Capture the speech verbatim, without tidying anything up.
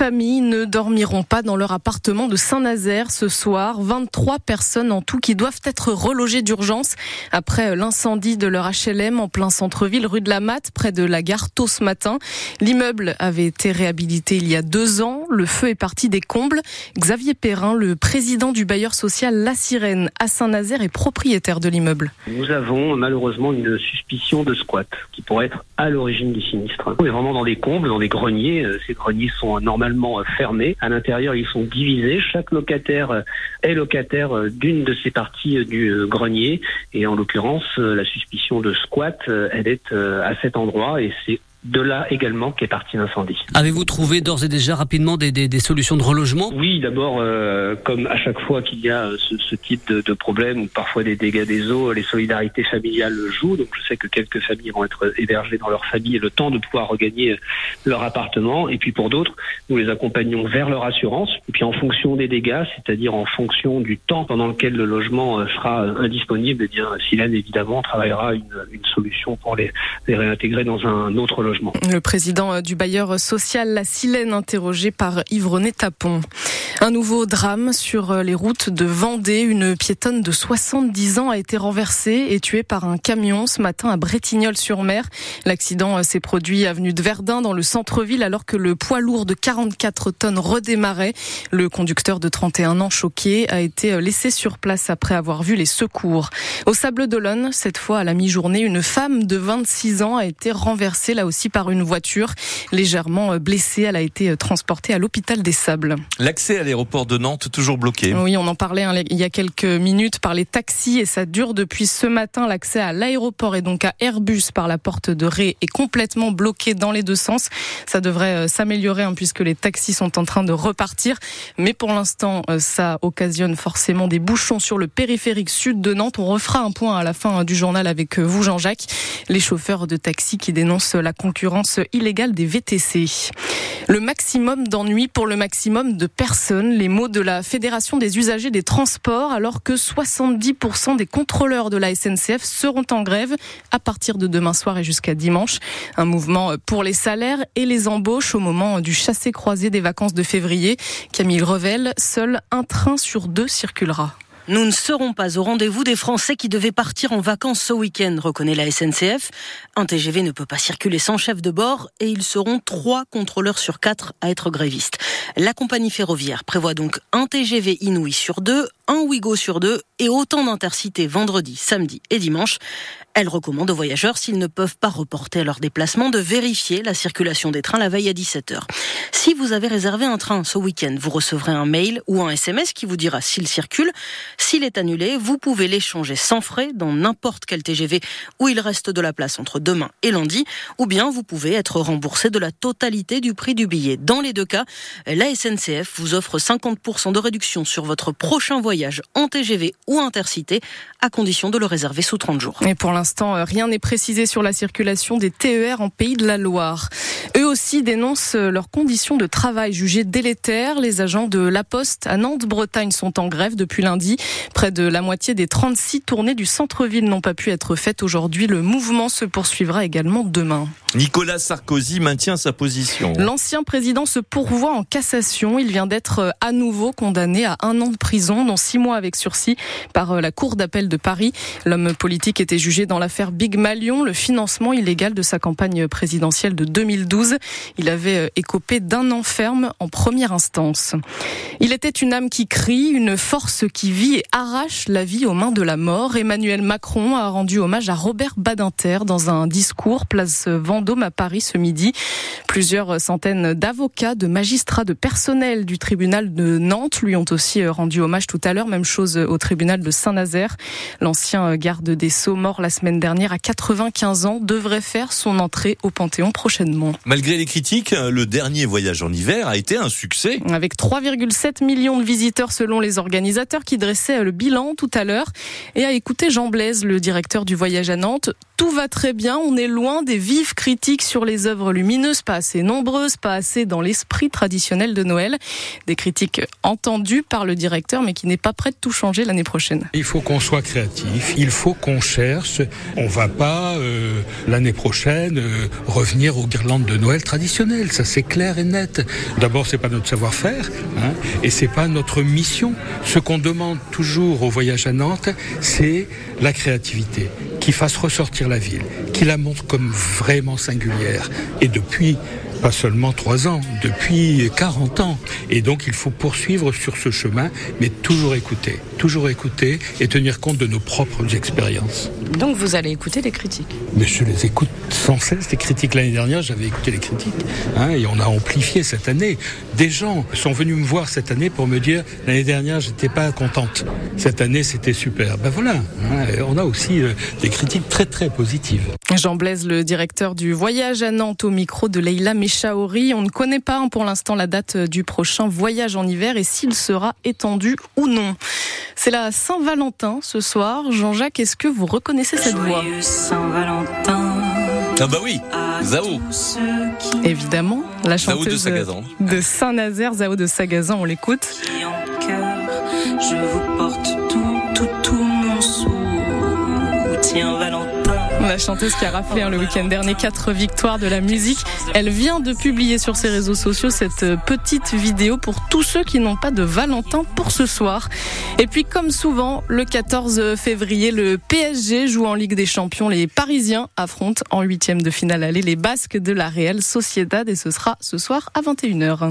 familles ne dormiront pas dans leur appartement de Saint-Nazaire ce soir. vingt-trois personnes en tout qui doivent être relogées d'urgence après l'incendie de leur H L M en plein centre-ville, rue de la Matte, près de la gare tôt ce matin. L'immeuble avait été réhabilité il y a deux ans. Le feu est parti des combles. Xavier Perrin, le président du bailleur social La Sirène à Saint-Nazaire, est propriétaire de l'immeuble. Nous avons malheureusement une suspicion de squat qui pourrait être à l'origine du sinistre. On est vraiment dans des combles, dans des greniers. Ces greniers sont normalement fermés. À l'intérieur, ils sont divisés. Chaque locataire est locataire d'une de ces parties du grenier. Et en l'occurrence, la suspicion de squat, elle est à cet endroit et c'est de là également qu'est parti l'incendie. Avez-vous trouvé d'ores et déjà rapidement des, des, des solutions de relogement ? Oui, d'abord, euh, comme à chaque fois qu'il y a ce, ce type de, de problème ou parfois des dégâts des eaux, les solidarités familiales jouent. Donc je sais que quelques familles vont être hébergées dans leur famille et le temps de pouvoir regagner leur appartement. Et puis pour d'autres, nous les accompagnons vers leur assurance. Et puis en fonction des dégâts, c'est-à-dire en fonction du temps pendant lequel le logement sera indisponible, eh bien Silène évidemment travaillera une, une solution pour les, les réintégrer dans un autre logement. Le président du bailleur social La Silène, interrogé par Yves-René Tapon. Un nouveau drame sur les routes de Vendée. Une piétonne de soixante-dix ans a été renversée et tuée par un camion ce matin à Bretignolles-sur-Mer. L'accident s'est produit avenue de Verdun dans le centre-ville alors que le poids lourd de quarante-quatre tonnes redémarrait. Le conducteur de trente et un ans choqué a été laissé sur place après avoir vu les secours. Au Sables-d'Olonne, cette fois à la mi-journée, une femme de vingt-six ans a été renversée là aussi par une voiture. Légèrement blessée, elle a été transportée à l'hôpital des Sables. L'accès à l'aéroport de Nantes toujours bloqué. Oui, on en parlait hein, il y a quelques minutes par les taxis et ça dure depuis ce matin. L'accès à l'aéroport et donc à Airbus par la porte de Ré est complètement bloqué dans les deux sens. Ça devrait s'améliorer hein, puisque les taxis sont en train de repartir. Mais pour l'instant, ça occasionne forcément des bouchons sur le périphérique sud de Nantes. On refera un point à la fin du journal avec vous, Jean-Jacques. Les chauffeurs de taxi qui dénoncent la concurrence illégale des V T C. Le maximum d'ennui pour le maximum de personnes. Les mots de la Fédération des usagers des transports, alors que soixante-dix pour cent des contrôleurs de la S N C F seront en grève à partir de demain soir et jusqu'à dimanche. Un mouvement pour les salaires et les embauches au moment du chassé-croisé des vacances de février. Camille Revel, seul un train sur deux circulera. Nous ne serons pas au rendez-vous des Français qui devaient partir en vacances ce week-end, reconnaît la S N C F. Un T G V ne peut pas circuler sans chef de bord et ils seront trois contrôleurs sur quatre à être grévistes. La compagnie ferroviaire prévoit donc un T G V Inouï sur deux, un Ouigo sur deux et autant d'intercités vendredi, samedi et dimanche. Elle recommande aux voyageurs, s'ils ne peuvent pas reporter leur déplacement, de vérifier la circulation des trains la veille à dix-sept heures. Si vous avez réservé un train ce week-end, vous recevrez un mail ou un S M S qui vous dira s'il circule. S'il est annulé, vous pouvez l'échanger sans frais dans n'importe quel T G V où il reste de la place entre demain et lundi, ou bien vous pouvez être remboursé de la totalité du prix du billet. Dans les deux cas, la S N C F vous offre cinquante pour cent de réduction sur votre prochain voyage en T G V ou intercité, à condition de le réserver sous trente jours. Et pour l'instant, rien n'est précisé sur la circulation des T E R en Pays de la Loire. Eux aussi dénoncent leurs conditions de travail jugées délétères. Les agents de La Poste à Nantes-Bretagne sont en grève depuis lundi. Près de la moitié des trente-six tournées du centre-ville n'ont pas pu être faites aujourd'hui. Le mouvement se poursuivra également demain. Nicolas Sarkozy maintient sa position. L'ancien président se pourvoit en cassation. Il vient d'être à nouveau condamné à un an de prison, dont six mois avec sursis par la Cour d'appel de Paris. L'homme politique était jugé dans l'affaire Big Malion, le financement illégal de sa campagne présidentielle de deux mille douze. Il avait écopé d'un an ferme en première instance. Il était une âme qui crie, une force qui vit et arrache la vie aux mains de la mort. Emmanuel Macron a rendu hommage à Robert Badinter dans un discours place Vendôme à Paris ce midi. Plusieurs centaines d'avocats, de magistrats, de personnel du tribunal de Nantes lui ont aussi rendu hommage tout à l'heure. Même chose au tribunal de Saint-Nazaire. L'ancien garde des Sceaux, mort la semaine dernière à quatre-vingt-quinze ans, devrait faire son entrée au Panthéon prochainement. Malgré les critiques, le dernier voyage en hiver a été un succès. Avec trois virgule sept millions de visiteurs selon les organisateurs qui dressaient le bilan tout à l'heure. Et à écouter Jean Blaise, le directeur du voyage à Nantes, tout va très bien, on est loin des vives critiques sur les œuvres lumineuses, pas assez nombreuses, pas assez dans l'esprit traditionnel de Noël. Des critiques entendues par le directeur, mais qui n'est pas prêt de tout changer l'année prochaine. Il faut qu'on soit créatif, il faut qu'on cherche. On va pas, euh, l'année prochaine, euh, revenir aux guirlandes de Noël Noël traditionnel, ça c'est clair et net. D'abord, c'est pas notre savoir-faire, hein, et c'est pas notre mission. Ce qu'on demande toujours au voyage à Nantes, c'est la créativité, qui fasse ressortir la ville, qui la montre comme vraiment singulière. Et depuis pas seulement trois ans, depuis quarante ans. Et donc il faut poursuivre sur ce chemin, mais toujours écouter, toujours écouter et tenir compte de nos propres expériences. Donc vous allez écouter les critiques. Mais je les écoute sans cesse, les critiques. L'année dernière, j'avais écouté les critiques, hein, et on a amplifié cette année. Des gens sont venus me voir cette année pour me dire, l'année dernière, j'étais pas contente. Cette année, c'était super. Ben voilà, hein, on a aussi euh, des critiques très très positives. Jean Blaise, le directeur du voyage à Nantes, au micro de Leïla Mechaouri. On ne connaît pas hein, pour l'instant la date du prochain voyage en hiver et s'il sera étendu ou non. C'est la Saint-Valentin ce soir. Jean-Jacques, est-ce que vous reconnaissez cette voix ? Joyeux Saint-Valentin. Ah bah oui, Zao. Évidemment, la Zao chanteuse de Sagazan. de Saint-Nazaire, Zao de Sagazan, on l'écoute. Qui en cœur, je vous porte tout, tout, tout mon soutien, Valentin. La chanteuse qui a raflé hein, le week-end dernier quatre victoires de la musique. Elle vient de publier sur ses réseaux sociaux cette petite vidéo pour tous ceux qui n'ont pas de Valentin pour ce soir. Et puis comme souvent, le quatorze février, le P S G joue en Ligue des Champions. Les Parisiens affrontent en huitième de finale aller les Basques de la Real Sociedad et ce sera ce soir à vingt et une heures.